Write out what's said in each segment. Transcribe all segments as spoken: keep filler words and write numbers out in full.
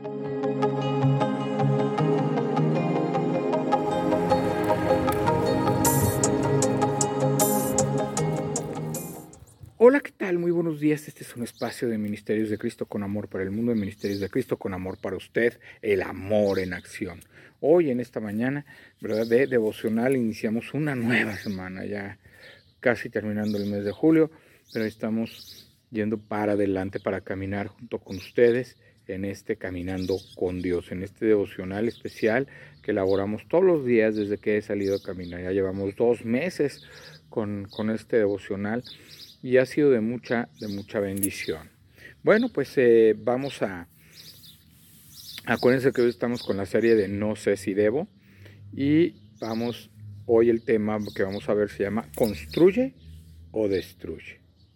Hola, ¿qué tal? Muy buenos días. Este es un espacio de Ministerios de Cristo con amor para el mundo, de Ministerios de Cristo con amor para usted, el amor en acción. Hoy, en esta mañana, ¿verdad?, de devocional, iniciamos una nueva semana, ya casi terminando el mes de julio, pero estamos yendo para adelante para caminar junto con ustedes en este Caminando con Dios, en este devocional especial que elaboramos todos los días desde que he salido a caminar. Ya llevamos dos meses con, con este devocional y ha sido de mucha, de mucha bendición. Bueno, pues eh, vamos a... Acuérdense que hoy estamos con la serie de No sé si debo y vamos, hoy el tema que vamos a ver se llama ¿construye o destruye?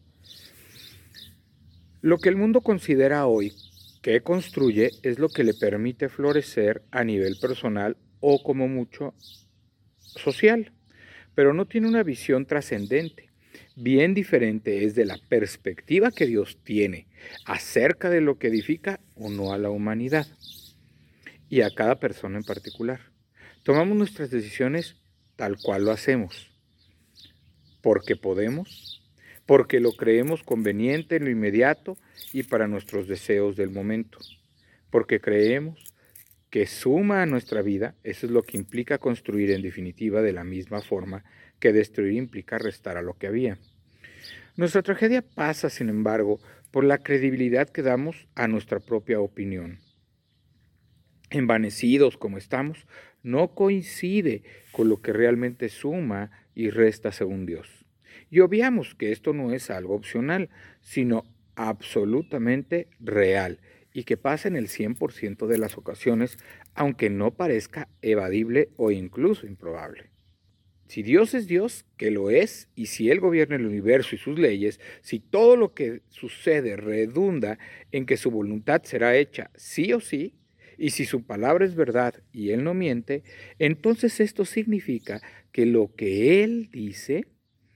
Lo que el mundo considera hoy que construye es lo que le permite florecer a nivel personal o como mucho social, pero no tiene una visión trascendente. Bien diferente es de la perspectiva que Dios tiene acerca de lo que edifica o no a la humanidad y a cada persona en particular. Tomamos nuestras decisiones tal cual lo hacemos, porque podemos, porque lo creemos conveniente en lo inmediato y para nuestros deseos del momento, porque creemos que suma a nuestra vida. Eso es lo que implica construir en definitiva, de la misma forma que destruir implica restar a lo que había. Nuestra tragedia pasa, sin embargo, por la credibilidad que damos a nuestra propia opinión. Envanecidos como estamos, no coincide con lo que realmente suma y resta según Dios. Y obviamos que esto no es algo opcional, sino absolutamente real y que pasa en el cien por ciento de las ocasiones, aunque no parezca evadible o incluso improbable. Si Dios es Dios, que lo es, y si Él gobierna el universo y sus leyes, si todo lo que sucede redunda en que su voluntad será hecha sí o sí, y si su palabra es verdad y Él no miente, entonces esto significa que lo que Él dice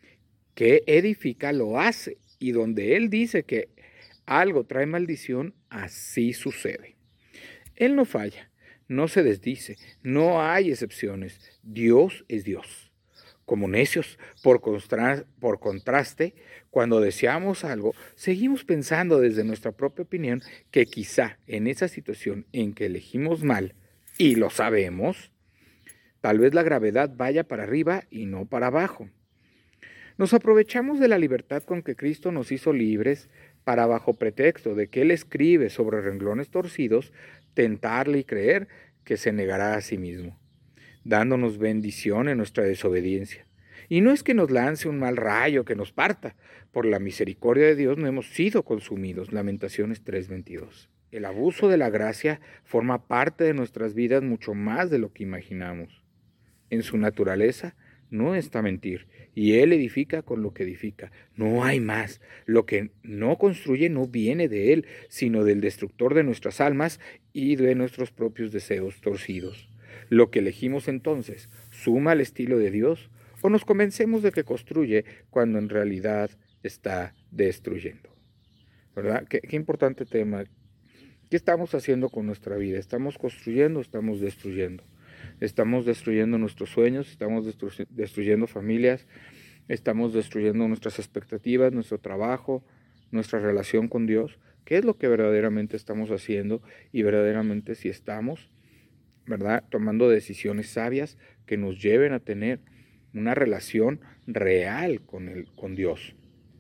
que edifica lo hace, y donde Él dice que algo trae maldición, así sucede. Él no falla, no se desdice, no hay excepciones. Dios es Dios. Como necios, por, constra- por contraste, cuando deseamos algo, seguimos pensando desde nuestra propia opinión que quizá en esa situación en que elegimos mal, y lo sabemos, tal vez la gravedad vaya para arriba y no para abajo. Nos aprovechamos de la libertad con que Cristo nos hizo libres para, bajo pretexto de que Él escribe sobre renglones torcidos, tentarle y creer que se negará a sí mismo, dándonos bendición en nuestra desobediencia. Y no es que nos lance un mal rayo que nos parta. Por la misericordia de Dios no hemos sido consumidos. Lamentaciones tres veintidós. El abuso de la gracia forma parte de nuestras vidas mucho más de lo que imaginamos. En su naturaleza no está mentir, y Él edifica con lo que edifica. No hay más. Lo que no construye no viene de Él, sino del destructor de nuestras almas y de nuestros propios deseos torcidos. Lo que elegimos entonces, ¿suma al estilo de Dios o nos convencemos de que construye cuando en realidad está destruyendo? ¿Verdad? Qué, qué importante tema. ¿Qué estamos haciendo con nuestra vida? ¿Estamos construyendo o estamos destruyendo? Estamos destruyendo nuestros sueños, estamos destru- destruyendo familias, estamos destruyendo nuestras expectativas, nuestro trabajo, nuestra relación con Dios. ¿Qué es lo que verdaderamente estamos haciendo? Y verdaderamente si estamos, ¿verdad?, tomando decisiones sabias que nos lleven a tener una relación real con, el, con Dios.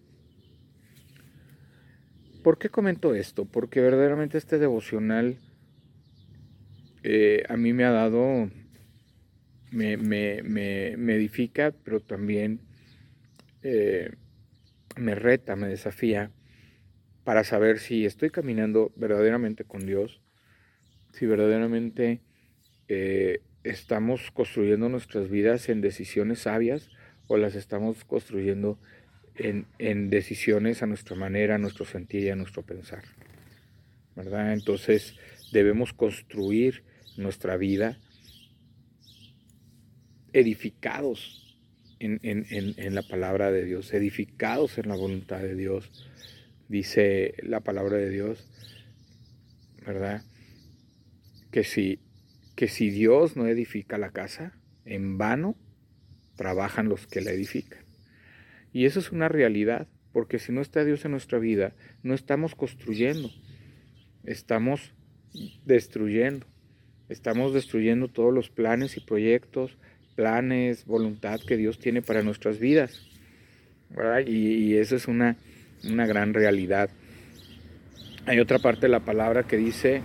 ¿Por qué comento esto? Porque verdaderamente este devocional eh, a mí me ha dado, me, me, me, me edifica, pero también eh, me reta, me desafía para saber si estoy caminando verdaderamente con Dios, si verdaderamente eh, estamos construyendo nuestras vidas en decisiones sabias o las estamos construyendo en, en decisiones a nuestra manera, a nuestro sentir y a nuestro pensar, ¿verdad? Entonces debemos construir nuestra vida edificados en, en, en, en la palabra de Dios, edificados en la voluntad de Dios. Dice la palabra de Dios, ¿verdad?, que si, que si Dios no edifica la casa, en vano trabajan los que la edifican. Y eso es una realidad, porque si no está Dios en nuestra vida, no estamos construyendo, estamos destruyendo. Estamos destruyendo todos los planes y proyectos, planes, voluntad que Dios tiene para nuestras vidas, ¿verdad? Y, y eso es una, una gran realidad. Hay otra parte de la palabra que dice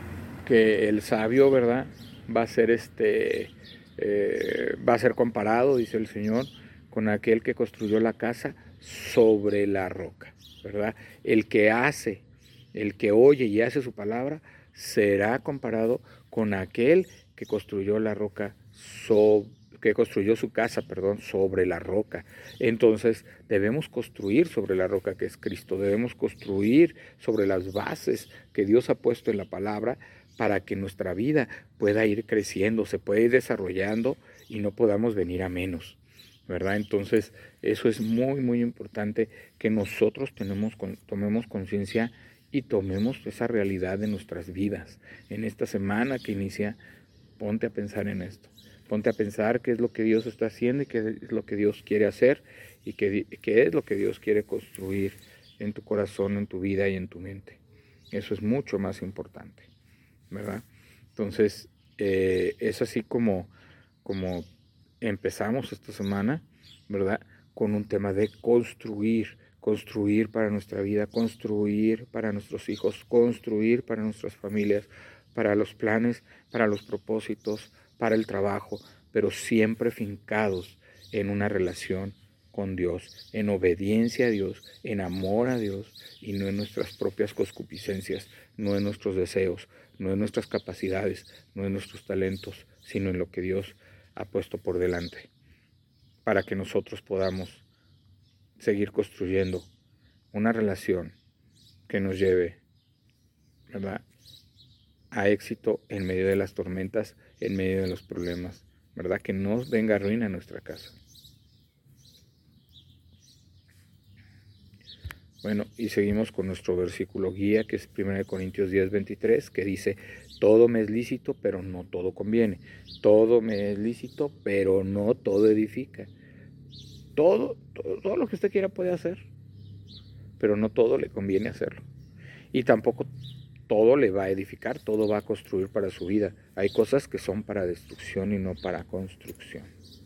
que el sabio, ¿verdad?, va a ser este, eh, va a ser comparado, dice el Señor, con aquel que construyó la casa sobre la roca, ¿verdad? El que hace, el que oye y hace su palabra, será comparado con aquel que construyó la roca sobre que construyó su casa, perdón, sobre la roca. Entonces debemos construir sobre la roca que es Cristo, debemos construir sobre las bases que Dios ha puesto en la palabra para que nuestra vida pueda ir creciendo, se pueda ir desarrollando y no podamos venir a menos, ¿verdad? Entonces eso es muy muy importante que nosotros tenemos, tomemos conciencia y tomemos esa realidad de nuestras vidas. En esta semana que inicia, ponte a pensar en esto. Ponte a pensar qué es lo que Dios está haciendo y qué es lo que Dios quiere hacer y qué, qué es lo que Dios quiere construir en tu corazón, en tu vida y en tu mente. Eso es mucho más importante, ¿verdad? Entonces, eh, es así como, como empezamos esta semana, ¿verdad? Con un tema de construir, construir para nuestra vida, construir para nuestros hijos, construir para nuestras familias, para los planes, para los propósitos, para el trabajo, pero siempre fincados en una relación con Dios, en obediencia a Dios, en amor a Dios y no en nuestras propias concupiscencias, no en nuestros deseos, no en nuestras capacidades, no en nuestros talentos, sino en lo que Dios ha puesto por delante, para que nosotros podamos seguir construyendo una relación que nos lleve, ¿verdad?, a éxito en medio de las tormentas, en medio de los problemas, ¿verdad? Que no venga ruina a nuestra casa. Bueno, y seguimos con nuestro versículo guía, que es primera de Corintios diez, veintitrés, que dice: todo me es lícito, pero no todo conviene. Todo me es lícito, pero no todo edifica. Todo, todo, todo lo que usted quiera puede hacer, pero no todo le conviene hacerlo. Y tampoco todo le va a edificar, todo va a construir para su vida. Hay cosas que son para destrucción y no para construcción.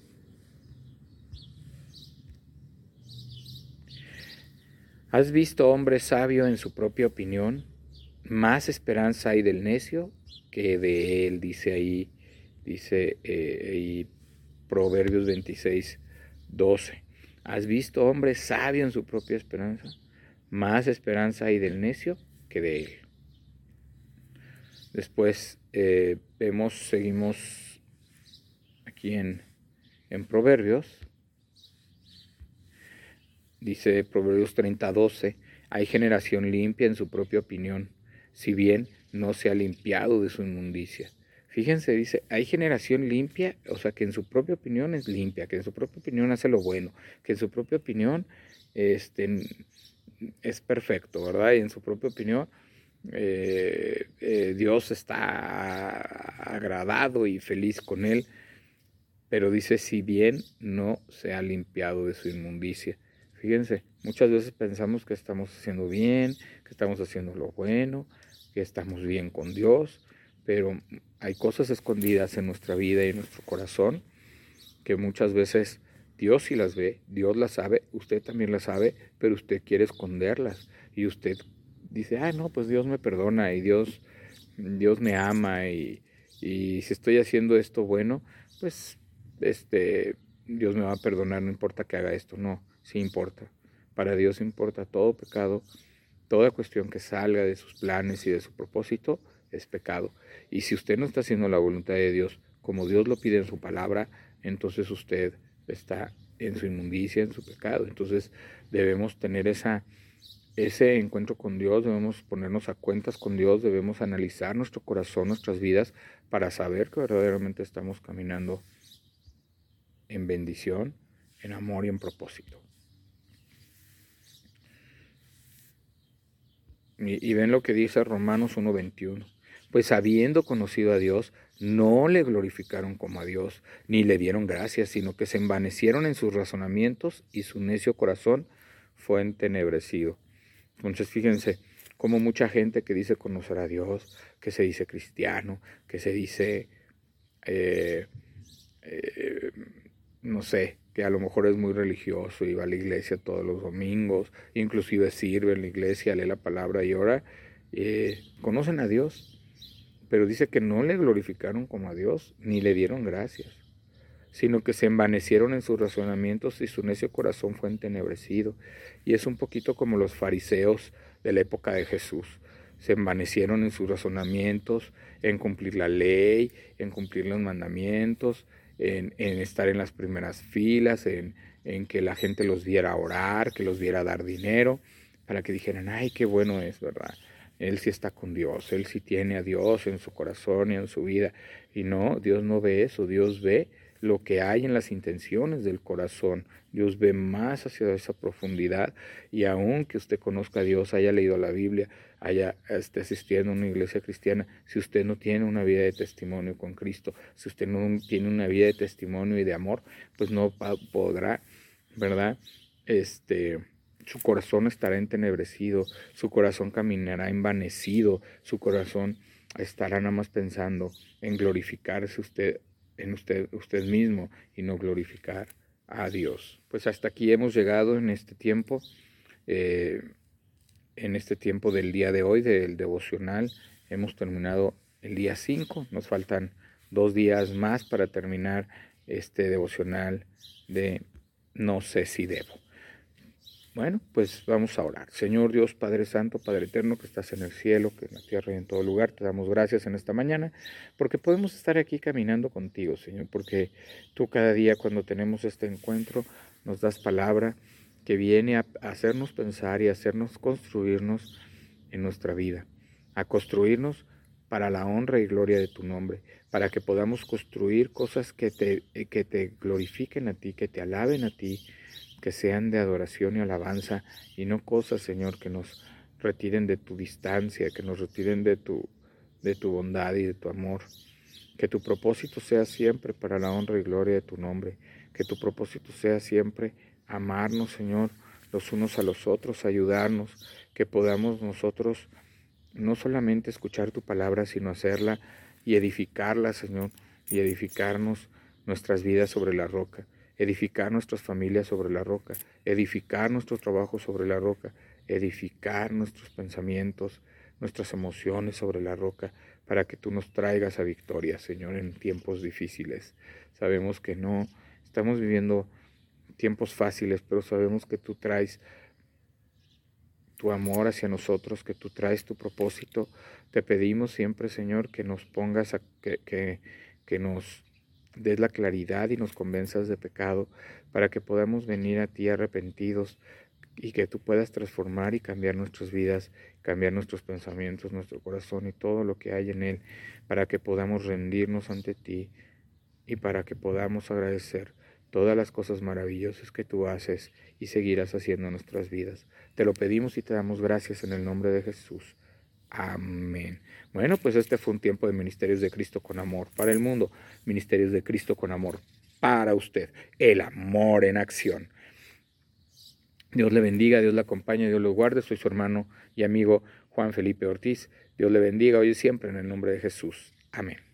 ¿Has visto hombre sabio en su propia opinión? Más esperanza hay del necio que de él, dice ahí, dice eh, ahí Proverbios veintiséis, doce. ¿Has visto hombre sabio en su propia esperanza? Más esperanza hay del necio que de él. Después eh, vemos, seguimos aquí en, en Proverbios. Dice Proverbios treinta, doce, hay generación limpia en su propia opinión, si bien no se ha limpiado de su inmundicia. Fíjense, dice, hay generación limpia, o sea, que en su propia opinión es limpia, que en su propia opinión hace lo bueno, que en su propia opinión este, es perfecto, ¿verdad? Y en su propia opinión eh, eh, Dios está agradado y feliz con él, pero dice, si bien no se ha limpiado de su inmundicia. Fíjense, muchas veces pensamos que estamos haciendo bien, que estamos haciendo lo bueno, que estamos bien con Dios, pero hay cosas escondidas en nuestra vida y en nuestro corazón que muchas veces Dios sí las ve, Dios las sabe, usted también las sabe, pero usted quiere esconderlas y usted dice, ah, no, pues Dios me perdona y Dios, Dios me ama y, y si estoy haciendo esto bueno, pues este, Dios me va a perdonar, no importa que haga esto, no, sí importa. Para Dios importa todo pecado, toda cuestión que salga de sus planes y de su propósito es pecado. Y si usted no está haciendo la voluntad de Dios como Dios lo pide en su palabra, entonces usted está en su inmundicia, en su pecado. Entonces debemos tener esa, ese encuentro con Dios, debemos ponernos a cuentas con Dios, debemos analizar nuestro corazón, nuestras vidas, para saber que verdaderamente estamos caminando en bendición, en amor y en propósito. Y, y ven lo que dice Romanos uno veintiuno. Pues habiendo conocido a Dios, no le glorificaron como a Dios, ni le dieron gracias, sino que se envanecieron en sus razonamientos y su necio corazón fue entenebrecido. Entonces fíjense cómo mucha gente que dice conocer a Dios, que se dice cristiano, que se dice, eh, eh, no sé, que a lo mejor es muy religioso y va a la iglesia todos los domingos, inclusive sirve en la iglesia, lee la palabra y ora, eh, conocen a Dios, pero dice que no le glorificaron como a Dios, ni le dieron gracias, sino que se envanecieron en sus razonamientos y su necio corazón fue entenebrecido. Y es un poquito como los fariseos de la época de Jesús. Se envanecieron en sus razonamientos, en cumplir la ley, en cumplir los mandamientos, en, en estar en las primeras filas, en, en que la gente los viera orar, que los viera dar dinero, para que dijeran, ay, qué bueno es, ¿verdad? Él sí está con Dios, él sí tiene a Dios en su corazón y en su vida. Y no, Dios no ve eso, Dios ve lo que hay en las intenciones del corazón. Dios ve más hacia esa profundidad, y aun que usted conozca a Dios, haya leído la Biblia, haya esté asistiendo a una iglesia cristiana, si usted no tiene una vida de testimonio con Cristo, si usted no tiene una vida de testimonio y de amor, pues no podrá, ¿verdad? Este... Su corazón estará entenebrecido, su corazón caminará envanecido, su corazón estará nada más pensando en glorificarse usted, en usted, usted mismo, y no glorificar a Dios. Pues hasta aquí hemos llegado en este tiempo, eh, en este tiempo del día de hoy, del devocional. Hemos terminado el día cinco, nos faltan dos días más para terminar este devocional de No sé si debo. Bueno, pues vamos a orar. Señor Dios, Padre Santo, Padre Eterno, que estás en el cielo, que en la tierra y en todo lugar, te damos gracias en esta mañana, porque podemos estar aquí caminando contigo, Señor, porque tú cada día cuando tenemos este encuentro nos das palabra que viene a hacernos pensar y a hacernos construirnos en nuestra vida, a construirnos para la honra y gloria de tu nombre, para que podamos construir cosas que te, que te glorifiquen a ti, que te alaben a ti, que sean de adoración y alabanza, y no cosas, Señor, que nos retiren de tu distancia, que nos retiren de tu, de tu bondad y de tu amor. Que tu propósito sea siempre para la honra y gloria de tu nombre. Que tu propósito sea siempre amarnos, Señor, los unos a los otros, ayudarnos, que podamos nosotros no solamente escuchar tu palabra, sino hacerla y edificarla, Señor, y edificarnos nuestras vidas sobre la roca. Edificar nuestras familias sobre la roca, edificar nuestro trabajo sobre la roca, edificar nuestros pensamientos, nuestras emociones sobre la roca, para que tú nos traigas a victoria, Señor, en tiempos difíciles. Sabemos que no estamos viviendo tiempos fáciles, pero sabemos que tú traes tu amor hacia nosotros, que tú traes tu propósito. Te pedimos siempre, Señor, que nos pongas, a, que, que, que nos des la claridad y nos convenzas de pecado, para que podamos venir a ti arrepentidos y que tú puedas transformar y cambiar nuestras vidas, cambiar nuestros pensamientos, nuestro corazón y todo lo que hay en él, para que podamos rendirnos ante ti y para que podamos agradecer todas las cosas maravillosas que tú haces y seguirás haciendo en nuestras vidas. Te lo pedimos y te damos gracias en el nombre de Jesús. Amén. Bueno, pues este fue un tiempo de Ministerios de Cristo con amor para el mundo. Ministerios de Cristo con amor para usted. El amor en acción. Dios le bendiga, Dios le acompañe, Dios lo guarde. Soy su hermano y amigo Juan Felipe Ortiz. Dios le bendiga hoy y siempre en el nombre de Jesús. Amén.